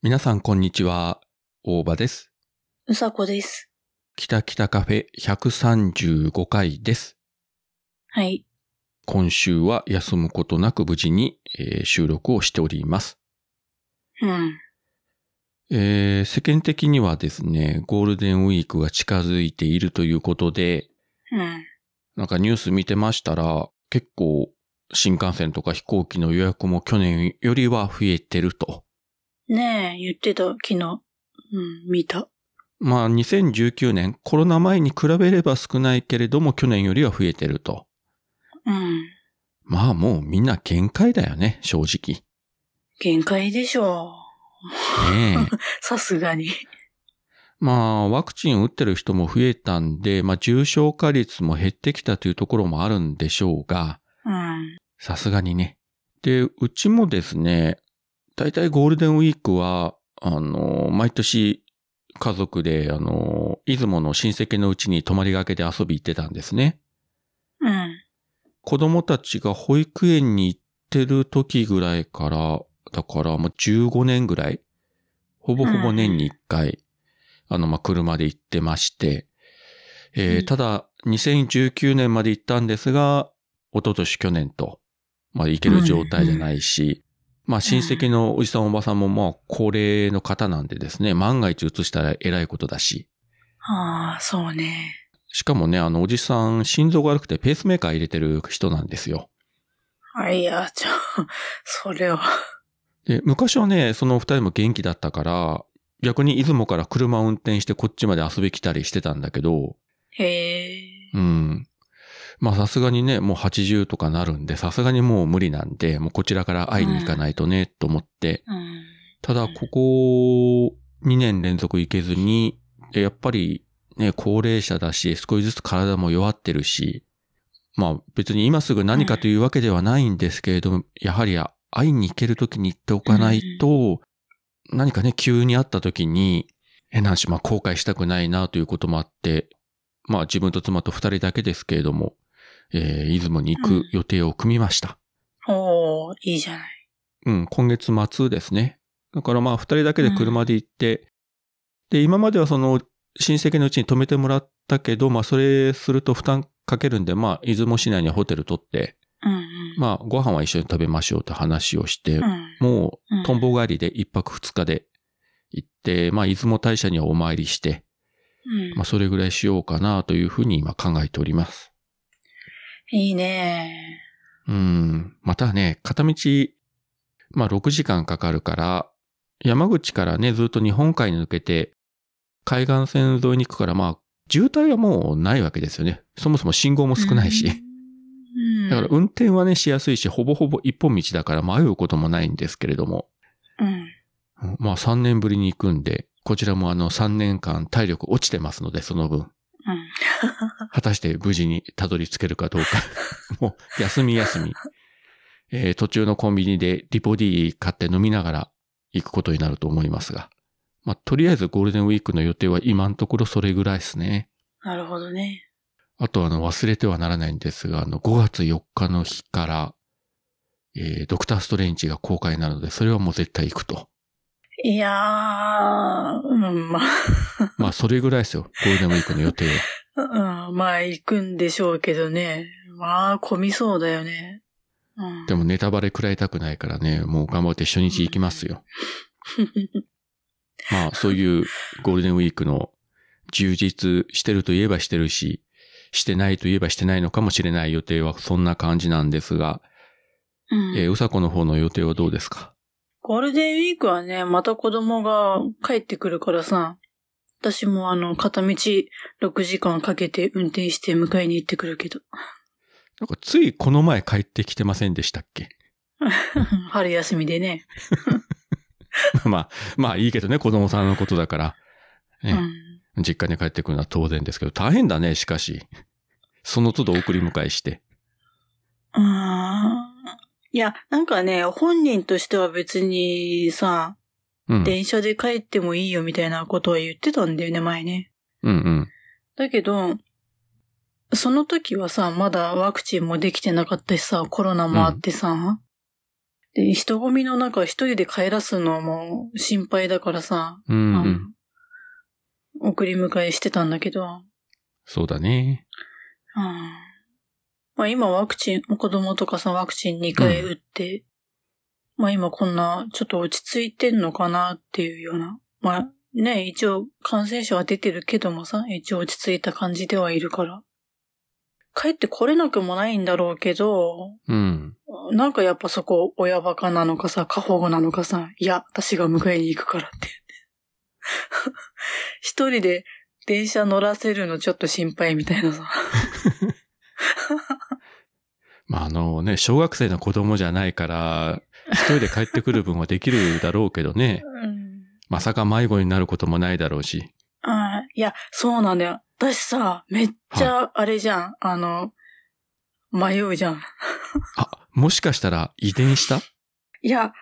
皆さんこんにちは。大場です。 うさこです。 北北カフェ135回です。 はい。 今週は休むことなく無事に、収録をしております。 うん。 世間的にはですね、ゴールデンウィークが近づいているということで、 うん。 なんかニュース見てましたら、結構新幹線とか飛行機の予約も去年よりは増えてると。 ねえ、言ってた、昨日。見た。 まあ2019年、コロナ前に比べれば少ないけれども去年よりは増えてると。 うん。 まあもうみんな限界だよね、正直。 限界でしょねえ。 う。さすがに。 まあワクチン打ってる人も増えたんで、まあ重症化率も減ってきたというところもあるんでしょうが、 うん。 さすがにね。で、うちもですね、だいたいゴールデンウィークは、毎年家族で、出雲の親戚のうちに泊まりがけで遊び行ってたんですね。 うん。 子供たちが保育園に行ってる時ぐらいから、だからもう15年ぐらい、ほぼほぼ年に1回、車で行ってまして、ただ、2019年まで行ったんですが、一昨年去年と、まあ行ける状態じゃないし、まあ親戚のおじさんおばさんもまあ高齢の方なんでですね、万が一移したら偉いことだし。 ああ、そうね。 しかもね、おじさん心臓が悪くてペースメーカー入れてる人なんですよ。 いや、それは。 で、昔はね、その二人も元気だったから、逆に出雲から車を運転してこっちまで遊び来たりしてたんだけど、 へえ。 うん。まあさすがにね、もう80とかなるんで、さすがにもう無理なんで、もうこちらから会いに行かないとね、と思って。 うん。 ただ、ここ2年連続行けずに、やっぱりね、高齢者だし、少しずつ体も弱ってるし、まあ別に今すぐ何かというわけではないんですけれども、やはり会いに行ける時に行っておかないと、何かね、急に会った時に、なんし、まあ後悔したくないなということもあって、まあ自分と妻と二人だけですけれども、出雲に行く予定を組みました。 おー、いいじゃない。 今月末ですね。だからまあ二人だけで車で行って、で、今まではその親戚のうちに泊めてもらったけど、まあそれすると負担かけるんで、まあ出雲市内にホテル取って、まあご飯は一緒に食べましょうと話をして、もうとんぼ帰りで一泊二日で行って、まあ出雲大社にはお参りして、まあそれぐらいしようかなというふうに今考えております。 いいね。 またね、片道、まあ6時間かかるから、山口からね、ずっと日本海に抜けて、海岸線沿いに行くから、まあ、渋滞はもうないわけですよね。そもそも信号も少ないし。だから運転はね、しやすいし、ほぼほぼ一本道だから迷うこともないんですけれども。まあ3年ぶりに行くんで、こちらも3年間体力落ちてますので、その分。果たして無事にたどり着けるかどうか。もう、休み。途中のコンビニでリポ D 買って飲みながら行くことになると思いますが。まあ、とりあえずゴールデンウィークの予定は今のところそれぐらいですね。 なるほどね。 あと忘れてはならないんですが、5月4日の日から、ドクターストレンジが公開なので、それはもう絶対行くと。 いやー、まあ。 まあ、それぐらいですよ。ゴールデンウィークの予定は。 まあ、行くんでしょうけどね。まあ、混みそうだよね。 でもネタバレ食らいたくないからね、もう頑張って初日行きますよ。まあ、そういうゴールデンウィークの充実してるといえばしてるし、してないといえばしてないのかもしれない予定はそんな感じなんですが、うさこの方の予定はどうですか？ ゴールデンウィークはね、また子供が帰ってくるからさ、私も片道6時間かけて運転して迎えに行ってくるけど。 なんかついこの前帰ってきてませんでしたっけ？ 春休みでね。 まあいいけどね、子供さんのことだから。ね、実家に帰ってくるのは当然ですけど、大変だね、しかし。その都度送り迎えして。 いや、なんかね、本人としては別にさ、電車で帰ってもいいよみたいなことは言ってたんだよね、前ね。だけど、その時はさ、まだワクチンもできてなかったしさ、コロナもあってさ、 で、人混みの中一人で帰らすのも心配だからさ、送り迎えしてたんだけど。 そうだね。 まあ今子供とかさ、ワクチン2回打って、まあ今こんな、ちょっと落ち着いてんのかなっていうような。まあね、一応感染者は出てるけどもさ、一応落ち着いた感じではいるから。帰ってこれなくもないんだろうけど、なんかやっぱそこ親バカなのかさ、過保護なのかさ、いや、私が迎えに行くからって。一人で電車乗らせるのちょっと心配みたいなさ。 まあね、小学生の子供じゃないから、一人で帰ってくる分はできるだろうけどね。まさか迷子になることもないだろうし。 いや、そうなんだよ。私さ、めっちゃあれじゃん。迷うじゃん。 もしかしたら遺伝した？ いや、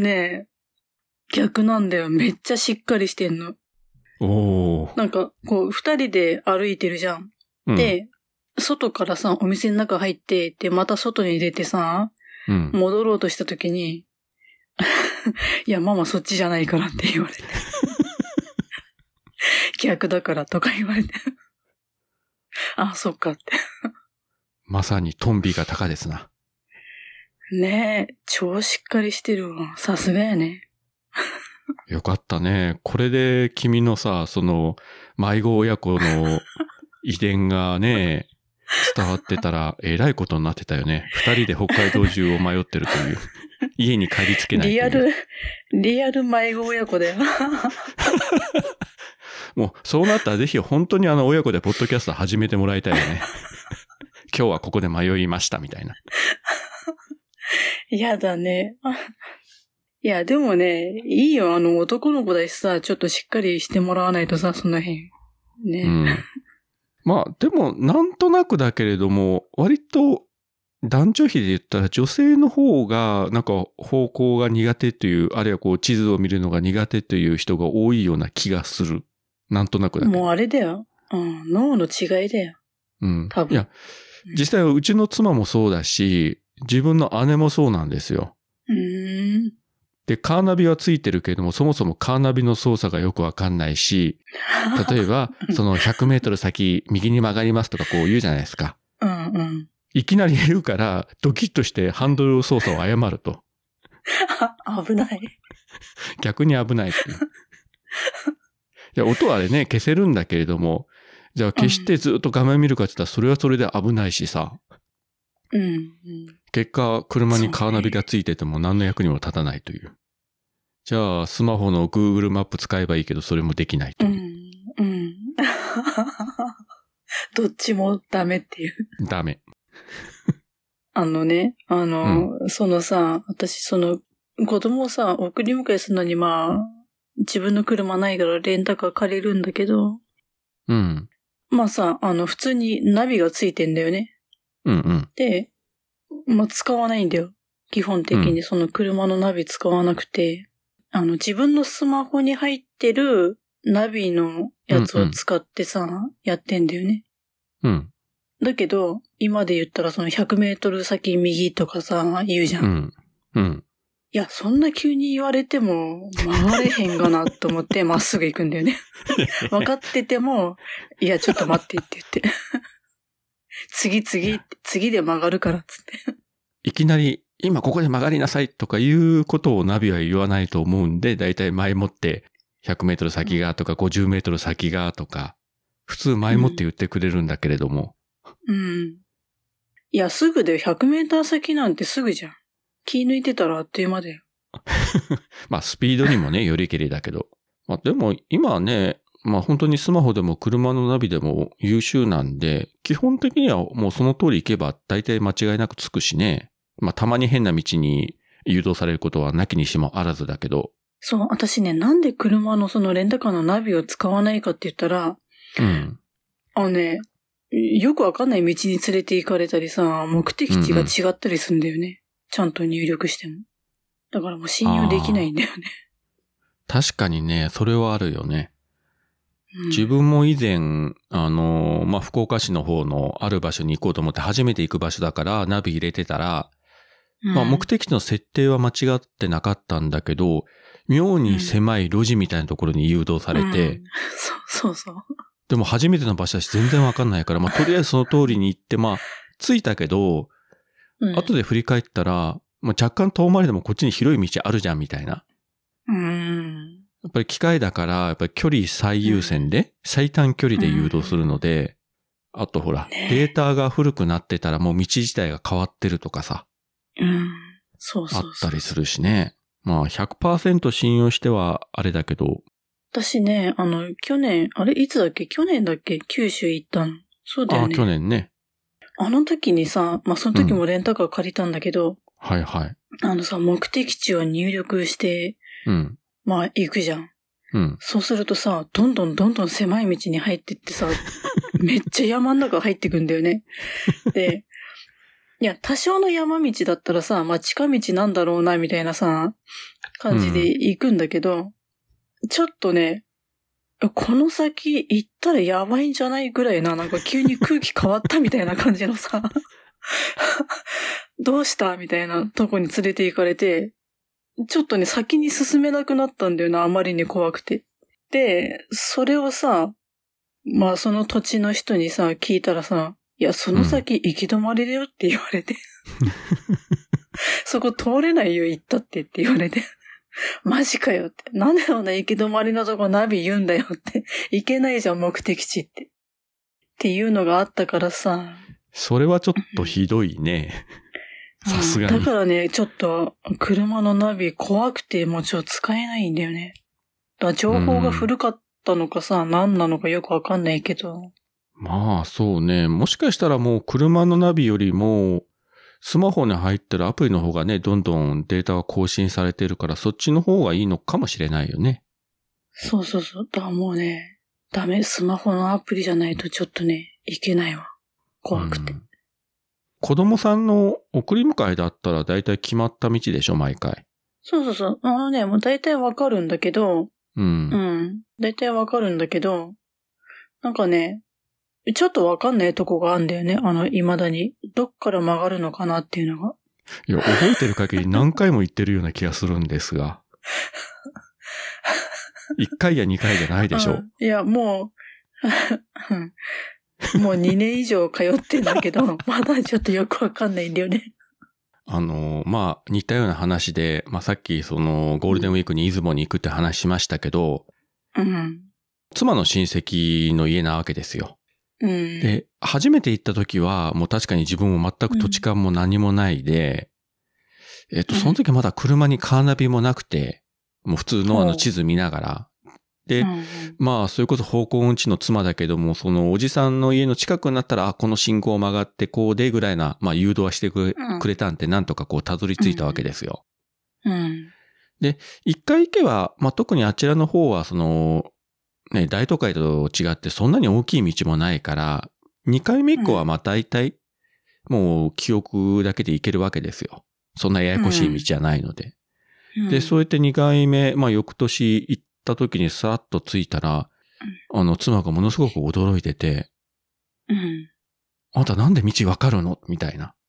逆なんだよ。めっちゃしっかりしてんの。なんか、こう、二人で歩いてるじゃん。で、外からさ、お店の中入って、で、また外に出てさ、戻ろうとした時に、いや、ママそっちじゃないからって言われて。逆だからとか言われて。そっかって。 まさにトンビが鷹ですな。 ねえ、超しっかりしてるわ。さすがやね。 よかったね。これで君のさ、迷子親子の遺伝がね、伝わってたら、えらいことになってたよね。二人で北海道中を迷ってるという。家に帰りつけないという。 リアル迷子親子だよ。 もう、そうなったらぜひ本当に親子でポッドキャスト始めてもらいたいよね。今日はここで迷いましたみたいな。 やだね。いや、でもね、いいよ。男の子だしさ、ちょっとしっかりしてもらわないとさ、その辺。ね。 まあ、でも、なんとなくだけれども、割と、男女比で言ったら女性の方が、なんか方向が苦手という、あるいはこう地図を見るのが苦手という人が多いような気がする。なんとなくだけど。 もうあれだよ。脳の違いだよ。多分。 いや、実際うちの妻もそうだし、自分の姉もそうなんですよ。で、カーナビはついてるけれども、そもそもカーナビの操作がよくわかんないし、例えば、その100メートル先、右に曲がりますとかこう言うじゃないですか。いきなり言うから、ドキッとしてハンドル操作を誤ると。 危ない。 逆に危ないっていう。いや、音はあれね、消せるんだけれども、じゃあ消してずっと画面見るかって言ったら、それはそれで危ないしさ。結果、車にカーナビがついてても何の役にも立たないという。じゃあ、スマホの Google マップ使えばいいけど、それもできないという。 どっちもダメっていう。 ダメ。 そのさ、私子供をさ、送り迎えするのに自分の車ないからレンタカー借りるんだけど。まあさ、普通にナビがついてんだよね。で、使わないんだよ。基本的にその車のナビ使わなくて、自分のスマホに入ってるナビのやつを使ってさ、やってんだよね。だけど、今で言ったらその100メートル先右とかさ、言うじゃん。いや、そんな急に言われても曲がれへんがなと思ってまっすぐ行くんだよね。分かってても、いや、ちょっと待ってって言って。次で曲がるからっつって。 いきなり、今ここで曲がりなさいとかいうことをナビは言わないと思うんで、だいたい前もって100メートル先がとか50メートル先がとか、普通前もって言ってくれるんだけれども。 いや、すぐで100メーター先なんてすぐじゃん。気抜いてたらあっという間だよ。 まあ、スピードにもね、よりけりだけど。まあ、でも今はね、本当にスマホでも車のナビでも優秀なんで、基本的にはもうその通り行けば大体間違いなくつくしね。たまに変な道に誘導されることはなきにしもあらずだけど。 そう、私ね、なんで車のそのレンタカーのナビを使わないかって言ったら、よくわかんない道に連れて行かれたりさ、目的地が違ったりするんだよね。ちゃんと入力しても。だからもう信用できないんだよね。 確かにね、それはあるよね。自分も以前、福岡市の方のある場所に行こうと思って初めて行く場所だからナビ入れてたら、 まあ目的地の設定は間違ってなかったんだけど、妙に狭い路地みたいなところに誘導されて、 そう。 でも初めての場所だし全然わかんないから、まあとりあえずその通りに行って、まあ着いたけど、後で振り返ったら、まあ、若干遠回りでもこっちに広い道あるじゃんみたいな。やっぱり機械だから、やっぱり距離最優先で、最短距離で誘導するので、あとほら、データが古くなってたらもう道自体が変わってるとかさ。 そう。 あったりするしね。まあ 100% 信用してはあれだけど。 私ね、去年、いつだっけ九州行ったの。そうだよね。 去年ね。 あの時にさ、まあ、その時もレンタカー借りたんだけど、 はいはい。 目的地を入力して、まあ、行くじゃん。そうするとさ、どんどん狭い道に入ってってさ、めっちゃ山の中入ってくんだよね。で、いや、多少の山道だったらさ、まあ、近道なんだろうな、みたいなさ、感じで行くんだけど、ちょっとね、この先行ったらやばいんじゃないぐらいな、なんか急に空気変わったみたいな感じのさ、どうしたみたいなとこに連れて行かれて、ちょっとね、先に進めなくなったんだよな、あまりに怖くて。で、それをさ、まあその土地の人にさ、聞いたらさ、いや、その先行き止まりだよって言われて。そこ通れないよ、行ったって言われて。マジかよって。なんでそんな行き止まりのとこナビ言うんだよって。行けないじゃん、目的地って。っていうのがあったからさ。 それはちょっとひどいね。さすがに。 だからね、ちょっと、車のナビ怖くてもう使えないんだよね。だから情報が古かったのかさ、何なのかよくわかんないけど。 まあそうね。もしかしたらもう車のナビよりも、スマホに入ってるアプリの方がね、どんどんデータが更新されてるから、そっちの方がいいのかもしれないよね。 そう。だからもうね、ダメ、スマホのアプリじゃないとちょっとね、いけないわ。怖くて。 子供さんの送り迎えだったら大体決まった道でしょ、毎回。 そう。もう大体わかるんだけど、大体わかるんだけど、なんかね、ちょっとわかんないとこがあるんだよね。未だに。どっから曲がるのかなっていうのが。 いや、覚えてる限り何回も言ってるような気がするんですが。1回や2回じゃないでしょ。 いや、もう、もう2年以上通ってんだけど、まだちょっとよくわかんないんだよね。 まあ、似たような話で、まあさっきゴールデンウィークに出雲に行くって話しましたけど、妻の親戚の家なわけですよ。で、初めて行った時は、もう確かに自分も全く土地勘も何もないで、その時まだ車にカーナビもなくて、もう普通の地図見ながら、で、まあ、それこそ方向音痴の妻だけども、そのおじさんの家の近くになったら、この信号を曲がってこうでぐらいな、まあ誘導はしてくれたんで、なんとかこうたどり着いたわけですよ。で、一回行けば、まあ特にあちらの方はね、大都会と違ってそんなに大きい道もないから、2回目以降はまあ大体、もう記憶だけで行けるわけですよ。そんなややこしい道じゃないので。で、そうやって2回目、まあ翌年行った時にさらっと着いたら、妻がものすごく驚いてて、あんたなんで道わかるのみたいな。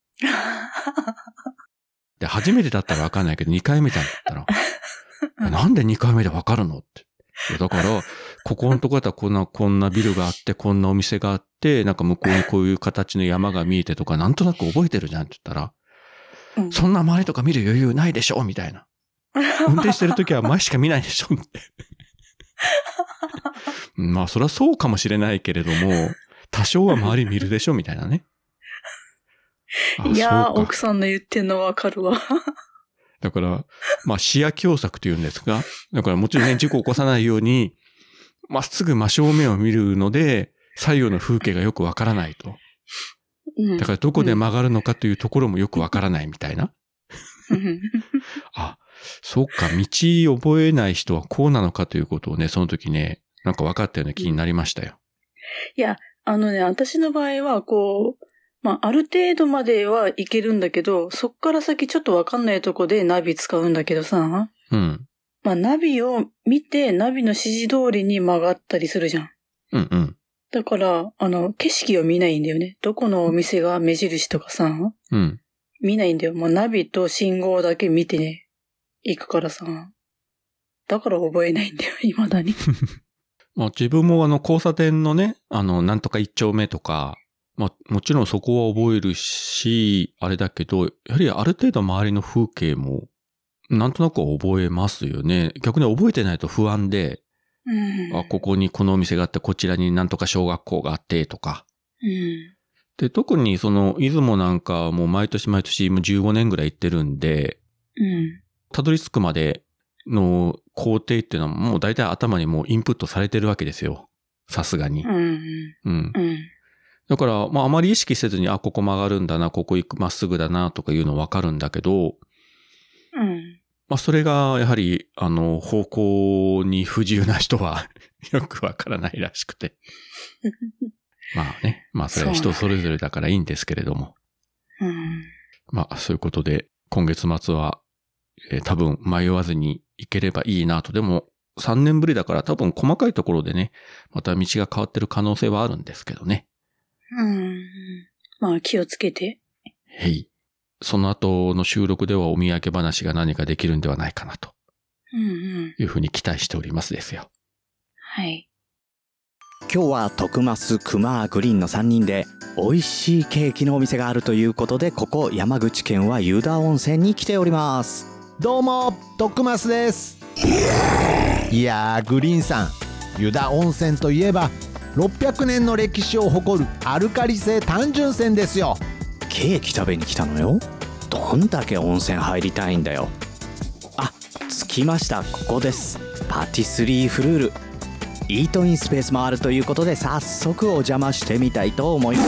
で、初めてだったらわかんないけど、2回目だったら、なんで2回目でわかるのって。だから、ここのとこだったらこんなビルがあって、こんなお店があって、なんか向こうにこういう形の山が見えてとか、なんとなく覚えてるじゃんって言ったら、そんな周りとか見る余裕ないでしょみたいな。運転してるときは前しか見ないでしょって。まあ、そりゃそうかもしれないけれども、多少は周り見るでしょみたいなね。 いやー、奥さんの言ってんのわかるわ。 だから、まあ視野狭窄というんですが、だからもちろんね、事故を起こさないように、まっすぐ真正面を見るので、左右の風景がよくわからないと。だからどこで曲がるのかというところもよくわからないみたいな。あ、そうか、道覚えない人はこうなのかということをね、その時ね、なんか分かったような気になりましたよ。 いや、私の場合は、まあ、ある程度まではいけるんだけど、そっから先ちょっとわかんないとこでナビ使うんだけどさ。まあ、ナビを見て、ナビの指示通りに曲がったりするじゃん。だから、景色を見ないんだよね。どこのお店が目印とかさ。 見ないんだよ。もうナビと信号だけ見てね、行くからさ。だから覚えないんだよ、未だに。 まあ自分も交差点のね、なんとか一丁目とか、まあもちろんそこは覚えるし、あれだけど、やはりある程度周りの風景も、なんとなく覚えますよね。逆に覚えてないと不安で、ここにこのお店があって、こちらになんとか小学校があってとか。で、特に出雲なんかもう毎年毎年もう15年ぐらい行ってるんで、たどり着くまでの工程っていうのはもう大体頭にもうインプットされてるわけですよ。さすがに。だから、まああまり意識せずに、ここ曲がるんだな、ここ行くまっすぐだなとかいうのわかるんだけど、まあそれがやはり、方向に不自由な人はよくわからないらしくて。まあね、まあそれは人それぞれだからいいんですけれども。まあそういうことで、今月末は、多分迷わずに行ければいいなと。でも3年ぶりだから多分細かいところでね、また道が変わってる可能性はあるんですけどね。 まあ気をつけて。 へい。その後の収録ではお土産話が何かできるんではないかなと。いうふうに期待しておりますですよ。 はい。 今日は徳増クマグリーンの3人で美味しいケーキのお店があるということで、ここ山口県は湯田温泉に来ております。 どうも徳増です。いやーグリーンさん、湯田温泉といえば600年の歴史を誇るアルカリ性単純泉ですよ。 ケーキ食べに来たのよ。どんだけ温泉入りたいんだよ。着きました。ここです。パティスリーフルール。イートインスペースもあるということで、早速お邪魔してみたいと思います。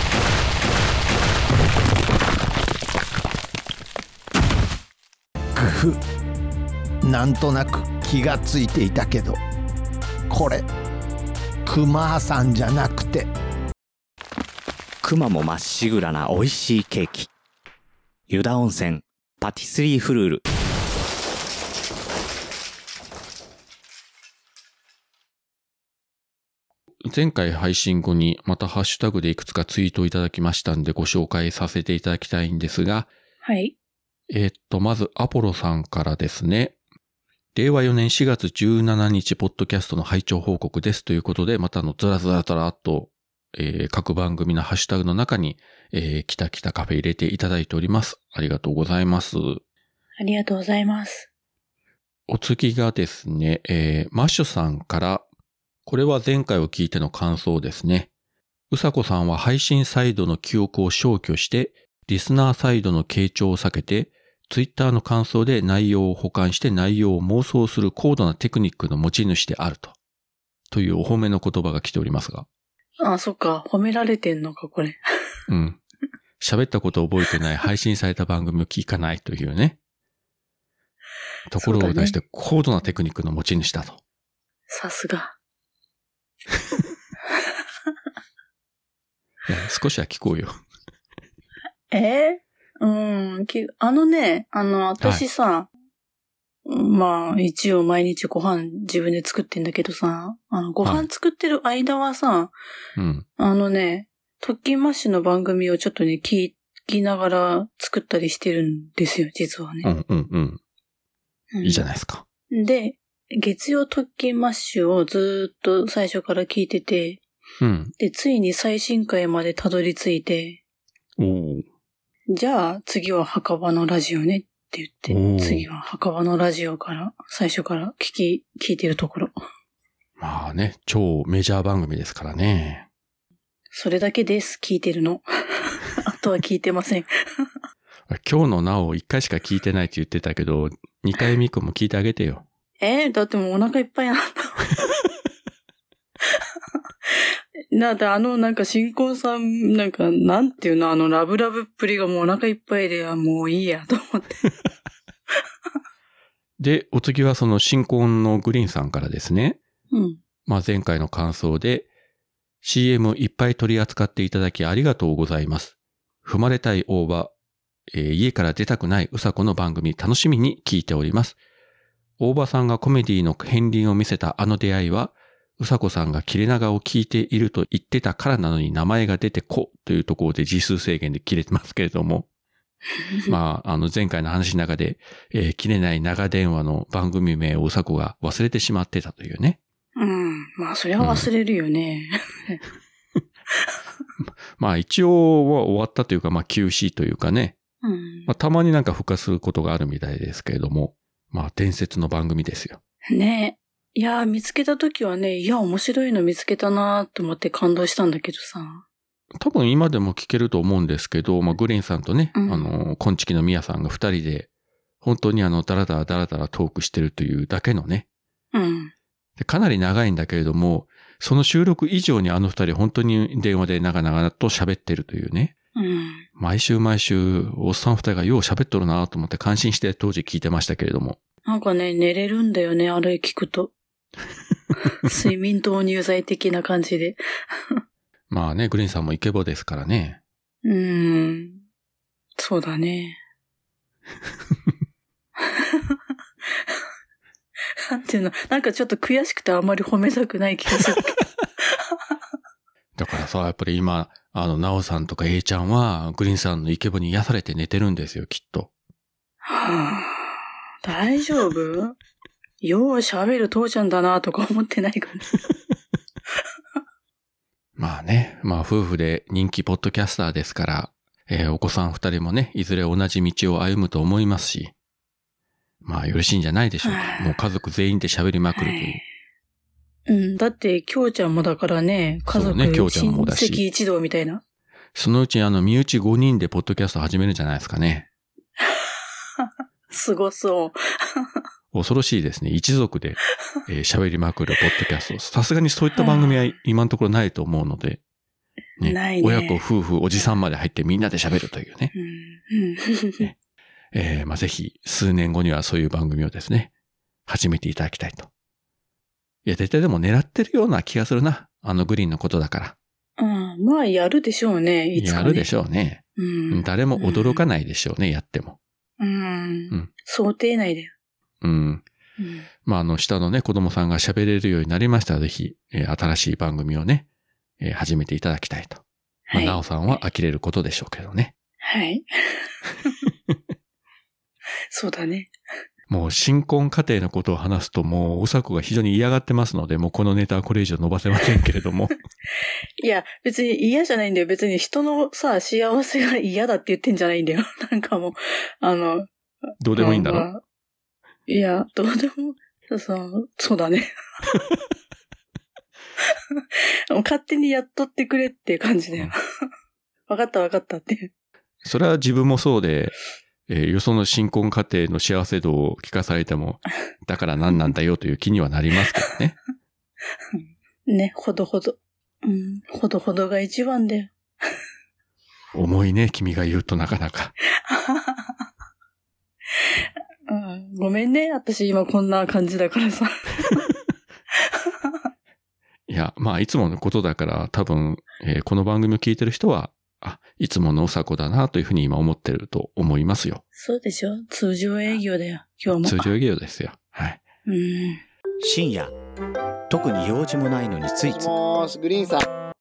なんとなく気がついていたけど、これクマさんじゃなくて、 クマもまっしぐらな美味しいケーキ。湯田温泉パティスリーフルール。 前回配信後にまたハッシュタグでいくつかツイートいただきましたんでご紹介させていただきたいんですが、 はい。 まずアポロさんからですね。令和4年4月17日ポッドキャストの拝聴報告ですということで、またずらずらずらっと、各番組のハッシュタグの中に、きたきたカフェ入れていただいております。ありがとうございます。 ありがとうございます。 お次がですね、マッシュさんから、これは前回を聞いての感想ですね。うさこさんは配信サイドの記憶を消去して、リスナーサイドの傾聴を避けて、ツイッターの感想で内容を補完して内容を妄想する高度なテクニックの持ち主であるというお褒めの言葉が来ておりますが。 そっか。褒められてんのか、これ。 喋ったことを覚えてない、配信された番組を聞かないというね。ところを出して高度なテクニックの持ち主だと。 さすが。 少しは聞こうよ。 私さ、まあ、一応毎日ご飯自分で作ってんだけどさ、ご飯作ってる間はさ、トッキンマッシュの番組をちょっとね、聞きながら作ったりしてるんですよ、実はね。 いいじゃないですか。 で、月曜特勤マッシュをずーっと最初から聞いてて、で、ついに最新回までたどり着いて、じゃあ次は墓場のラジオねって言って、次は墓場のラジオから最初から聞いてるところ。 まあね、超メジャー番組ですからね。 それだけです、聞いてるの。あとは聞いてません。 今日のなお1回しか聞いてないって言ってたけど、2回目以降も聞いてあげてよ。 だってもうお腹いっぱいなんだ。だってなんか新婚さん、なんか、なんていうの、ラブラブっぷりがもうお腹いっぱいで、もういいやと思って。 で、お次はその新婚のグリーンさんからですね。まあ前回の感想で、CM いっぱい取り扱っていただきありがとうございます。踏まれたい大場、家から出たくないうさこの番組楽しみに聞いております。大場さんがコメディの片鱗を見せたあの出会いは、 うさこさんが切れ長を聞いていると言ってたからなのに名前が出てこというところで字数制限で切れてますけれども。まあ、前回の話の中で、切れない長電話の番組名をうさこが忘れてしまってたというね。 うん。まあ、それは忘れるよね。 まあ、一応は終わったというか、まあ、休止というかね。 うん。 まあ、たまになんか復活することがあるみたいですけれども。まあ、伝説の番組ですよ。 ね。いやー、見つけたときはね、いや、面白いの見つけたなーと思って感動したんだけどさ。 多分今でも聞けると思うんですけど、まあ、グリーンさんとね、こんちきのみやさんが二人で、本当にダラダラダラダラトークしてるというだけのね。 うん。 でかなり長いんだけれども、その収録以上に二人本当に電話で長々と喋ってるというね。 うん。 毎週、おっさん二人がよう喋っとるなと思って感心して当時聞いてましたけれども。 なんかね、寝れるんだよね、あれ聞くと。睡眠導入剤的な感じで。 まあね、グリーンさんもイケボですからね。 そうだね。なんていうの、なんかちょっと悔しくてあんまり褒めたくない気がする。 だからさ、やっぱり今、ナオさんとか A ちゃんは、グリーンさんのイケボに癒されて寝てるんですよ、きっと。 はぁ、大丈夫？よう喋る父ちゃんだなとか思ってないかな。 まあね、まあ夫婦で人気ポッドキャスターですから、お子さん二人もね、いずれ同じ道を歩むと思いますし、まあよろしいんじゃないでしょうか。もう家族全員で喋りまくるという。 うん、だって、きょうちゃんもだからね、家族、ね、親戚一同みたいな。 そのうち身内5人でポッドキャスト始めるんじゃないですかね。 すごそう。 恐ろしいですね。一族で喋りまくるポッドキャスト。さすがにそういった番組は今のところないと思うので、ね、 ないね。 親子、夫婦、おじさんまで入ってみんなで喋るというね。まあ、ぜひ数年後にはそういう番組をですね、始めていただきたいと。いや、絶対でも狙ってるような気がするな。グリーンのことだから。 うん、まあやるでしょうね、いつかね。 やるでしょうね。誰も驚かないでしょうね、やっても。 想定内だよ。 まあ、下のね、子供さんが喋れるようになりましたら、ぜひ、新しい番組をね、始めていただきたいと。まあ、なおさんは呆れることでしょうけどね。 はい。そうだね。 もう新婚家庭のことを話すともううさこが非常に嫌がってますので、もうこのネタはこれ以上伸ばせませんけれども。 いや、別に嫌じゃないんだよ。別に人のさ、幸せが嫌だって言ってんじゃないんだよ。なんかもう、 どうでもいいんだろ、 いや、どうでも、そうだね。勝手にやっとってくれっていう感じだよ。わかったって。 それは自分もそうで、よその新婚家庭の幸せ度を聞かされても、だから何なんだよという気にはなりますけどね。 ね、ほどほど。ほどほどが一番だよ。 重いね、君が言うとなかなか。 ごめんね、私今こんな感じだからさ。 いや、まあいつものことだから多分、この番組を聞いてる人は、いつものうさこだなというふうに今思ってると思いますよ。 そうでしょ？通常営業だよ、今日も。 通常営業ですよ。はい。 深夜、特に用事もないのについつい。 グリーンさん。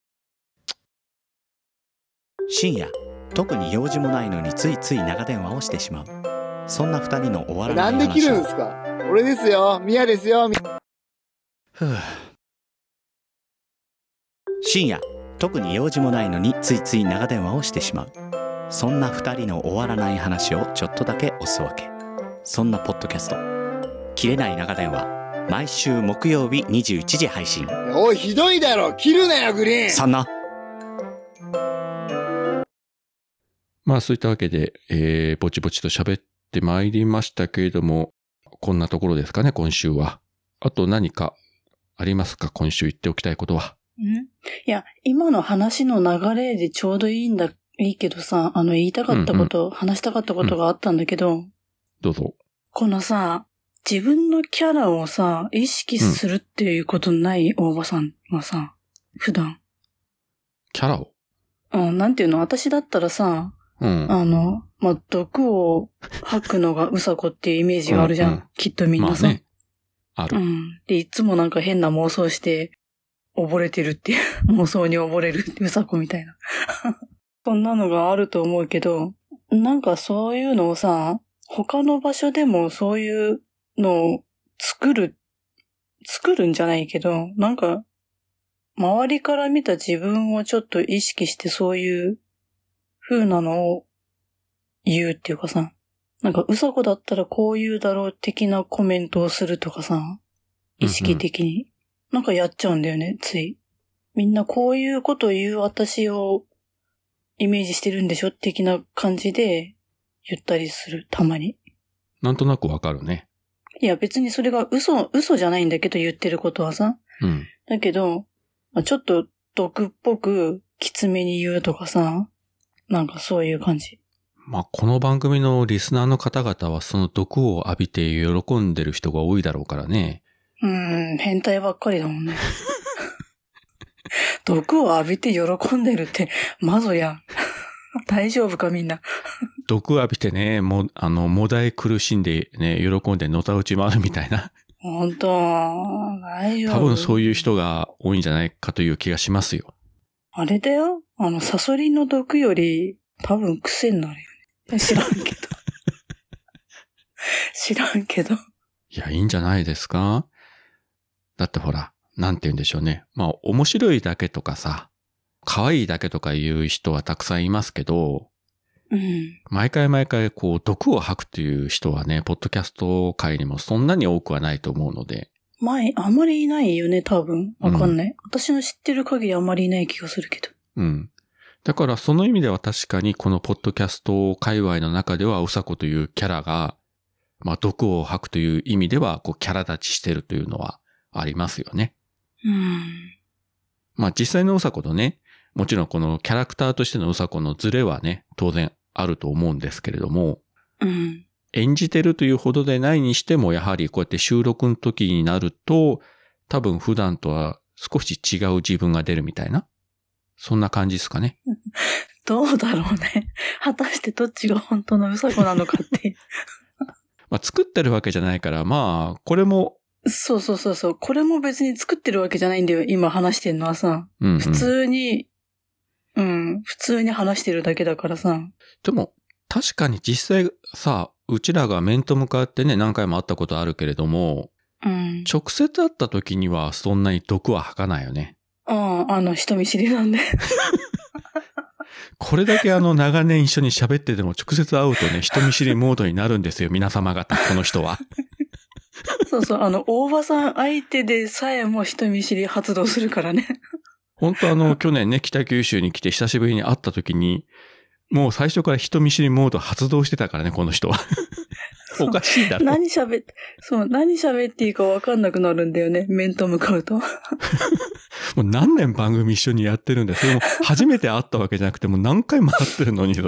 深夜、特に用事もないのについつい長電話をしてしまう。そんな二人の終わらない話を。 なんで切るんですか？俺ですよ、ミヤですよ。 深夜、特に用事もないのについつい長電話をしてしまう。そんな二人の終わらない話をちょっとだけおすわけ。そんなポッドキャスト、切れない長電話、毎週木曜日21時配信。 おい、ひどいだろ、切るなよグリーン。 そんな。 まあそういったわけで、ぼちぼちと喋ってまいりましたけれども、こんなところですかね、今週は。あと何かありますか、今週言っておきたいことは。 いや、今の話の流れでちょうどいいけどさ、言いたかったこと、話したかったことがあったんだけど、 どうぞ。 このさ、自分のキャラをさ、意識するっていうことない、大場さんはさ、普段。 キャラを？ なんていうの、私だったらさ、毒を吐くのがうさこっていうイメージがあるじゃん。きっとみんなさ。 まあね。ある。 で、いつもなんか変な妄想して、 溺れてるっていう、妄想に溺れるうさこみたいな。そんなのがあると思うけど、なんかそういうのをさ、他の場所でもそういうのを作るんじゃないけど、なんか、周りから見た自分をちょっと意識してそういう風なのを言うっていうかさ、なんかうさこだったらこう言うだろう的なコメントをするとかさ、意識的に。なんかやっちゃうんだよね、つい。みんなこういうことを言う私をイメージしてるんでしょ的な感じで言ったりする、たまに。 なんとなくわかるね。 いや別にそれが嘘じゃないんだけど言ってることはさ。 うん。 だけど、ちょっと毒っぽくきつめに言うとかさ、なんかそういう感じ。 まあ、この番組のリスナーの方々はその毒を浴びて喜んでる人が多いだろうからね。 変態ばっかりだもんね。毒を浴びて喜んでるって、マゾやん。大丈夫かみんな。 毒浴びてね、もだえ苦しんでね、喜んでのたうち回るみたいな。 本当大丈夫。 多分そういう人が多いんじゃないかという気がしますよ。 あれだよ。サソリの毒より多分癖になるよね。知らんけど。知らんけど。 いや、いいんじゃないですか？だってほら、なんて言うんでしょうね。まあ、面白いだけとかさ、可愛いだけとかいう人はたくさんいますけど、毎回こう、毒を吐くっていう人はね、ポッドキャスト界にもそんなに多くはないと思うので。 あまりいないよね、多分。わかんない。私の知ってる限りあまりいない気がするけど。 うん。だからその意味では確かにこのポッドキャスト界隈の中ではうさこというキャラが、まあ、毒を吐くという意味では、こう、キャラ立ちしてるというのはありますよね。まあ、実際のうさことね、もちろんこのキャラクターとしてのうさこのズレはね、当然あると思うんですけれども、演じてるというほどでないにしても、やはりこうやって収録の時になると、多分普段とは少し違う自分が出るみたいな、そんな感じですかね。 どうだろうね。果たしてどっちが本当のうさこなのかってまあ、作ってるわけじゃないから、まあ、これも。 そう。これも別に作ってるわけじゃないんだよ。今話してんのはさ。普通に話してるだけだからさ。 でも、確かに実際さ、うちらが面と向かってね、何回も会ったことあるけれども、直接会った時にはそんなに毒は吐かないよね。 人見知りなんで。 これだけ長年一緒に喋ってても直接会うとね、人見知りモードになるんですよ、皆様方、この人は。 そう、大場さん相手でさえも人見知り発動するからね。 本当去年ね、北九州に来て久しぶりに会った時に、もう最初から人見知りモード発動してたからね、この人は。おかしいだろ。 何喋っていいか分かんなくなるんだよね、面と向かうと。 もう何年番組一緒にやってるんだよ。それも初めて会ったわけじゃなくて、もう何回も会ってるのにさ。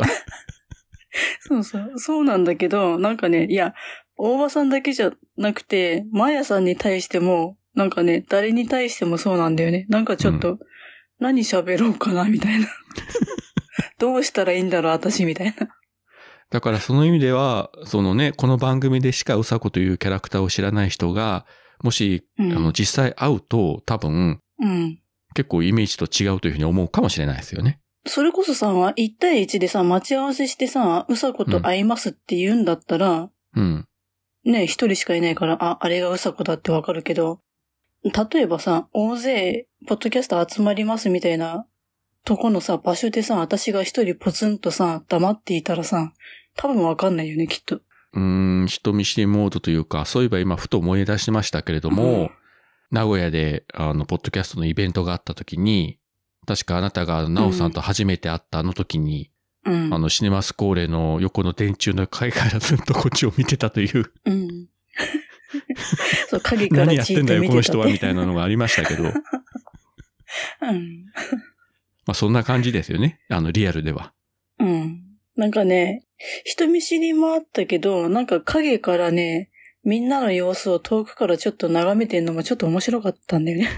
そうなんだけど、なんかね、いや、大場さんだけじゃなくて、マヤさんに対しても、なんかね、誰に対してもそうなんだよね。なんかちょっと、何喋ろうかな、みたいな。どうしたらいいんだろう、私、みたいな。 だからその意味では、そのね、この番組でしかうさこというキャラクターを知らない人が、もし、実際会うと、多分、結構イメージと違うというふうに思うかもしれないですよね。 それこそさ、1対1でさ、待ち合わせしてさ、うさこと会いますって言うんだったら、ね、一人しかいないから、あれがうさこだってわかるけど、例えばさ、大勢、ポッドキャスト集まりますみたいな、とこのさ、場所でさ、私が一人ポツンとさ、黙っていたらさ、多分わかんないよね、きっと。 人見知りモードというか、そういえば今ふと思い出しましたけれども、名古屋で、ポッドキャストのイベントがあった時に、確かあなたがナオさんと初めて会った時に、シネマスコーレの横の電柱の階からずっとこっちを見てたという。 そう、影から何やってんだよ、この人は、みたいなのがありましたけど。まあそんな感じですよね、リアルでは。 なんかね、人見知りもあったけど、なんか影からね、みんなの様子を遠くからちょっと眺めてんのもちょっと面白かったんだよね。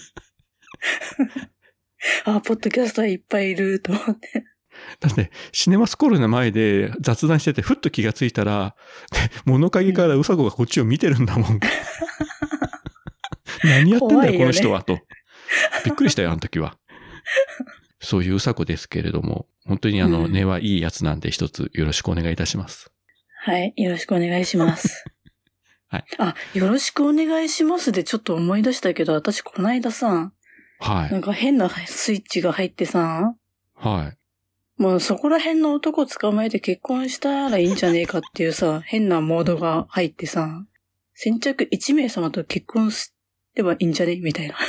ポッドキャスターいっぱいいると思って。 だって、シネマスコールの前で雑談してて、ふっと気がついたら、物陰からうさこがこっちを見てるんだもん。何やってんだよ、この人は、と。 びっくりしたよ、あの時は。そういううさこですけれども、本当に根はいいやつなんで一つよろしくお願いいたします。 はい、よろしくお願いします。 はい。 あ、よろしくお願いしますでちょっと思い出したけど、私こないださ、 はい。 なんか変なスイッチが入ってさ、 はい。 もうそこら辺の男捕まえて結婚したらいいんじゃねえかっていうさ、変なモードが入ってさ、先着1名様と結婚すればいいんじゃねみたいな。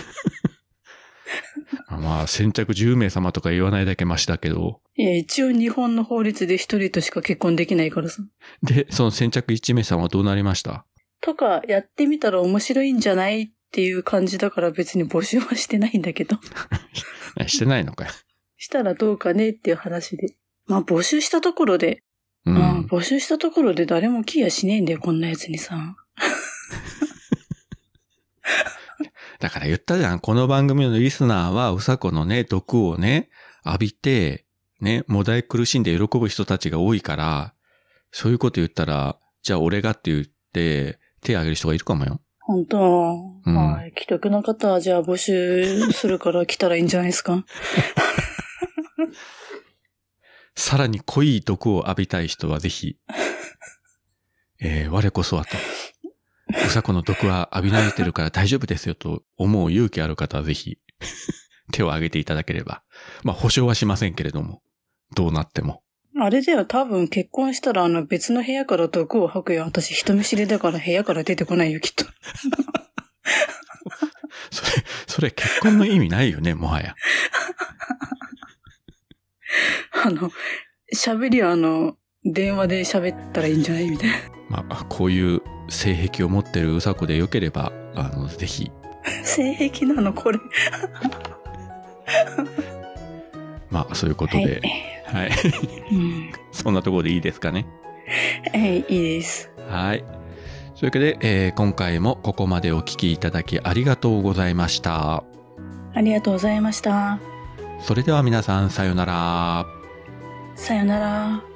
まあ、先着10名様とか言わないだけマシだけど。 いや、一応日本の法律で1人としか結婚できないからさ。 で、その先着1名様はどうなりました？ とか、やってみたら面白いんじゃないっていう感じだから別に募集はしてないんだけど。 してないのかよ。 したらどうかねっていう話で。まあ募集したところで、募集したところで誰も来やしねえんだよ、こんなやつにさ。 だから言ったじゃん。この番組のリスナーは、うさこのね、毒をね、浴びて、ね、もだえ苦しんで喜ぶ人たちが多いから、そういうこと言ったら、じゃあ俺がって言って、手を挙げる人がいるかもよ。 本当、はい。既得な方はじゃあ募集するから来たらいいんじゃないですか。 さらに濃い毒を浴びたい人はぜひ、我こそはと。うさこの毒は浴び慣れてるから大丈夫ですよと思う勇気ある方はぜひ手を挙げていただければ。まあ保証はしませんけれども、どうなっても。 あれだよ、多分結婚したら別の部屋から毒を吐くよ。私人見知りだから部屋から出てこないよ、きっと。 それ結婚の意味ないよね、もはや。 喋りは電話で喋ったらいいんじゃないみたいな。 まあ、こういう性癖を持ってるうさこでよければ、ぜひ。 性癖なのこれ。 まあ、そういうことで。はい。そんなところでいいですかね。 はい、いいです。 はい。というわけで、今回もここまでお聞きいただきありがとうございました。 ありがとうございました。 それでは皆さん、さよなら。 さよなら。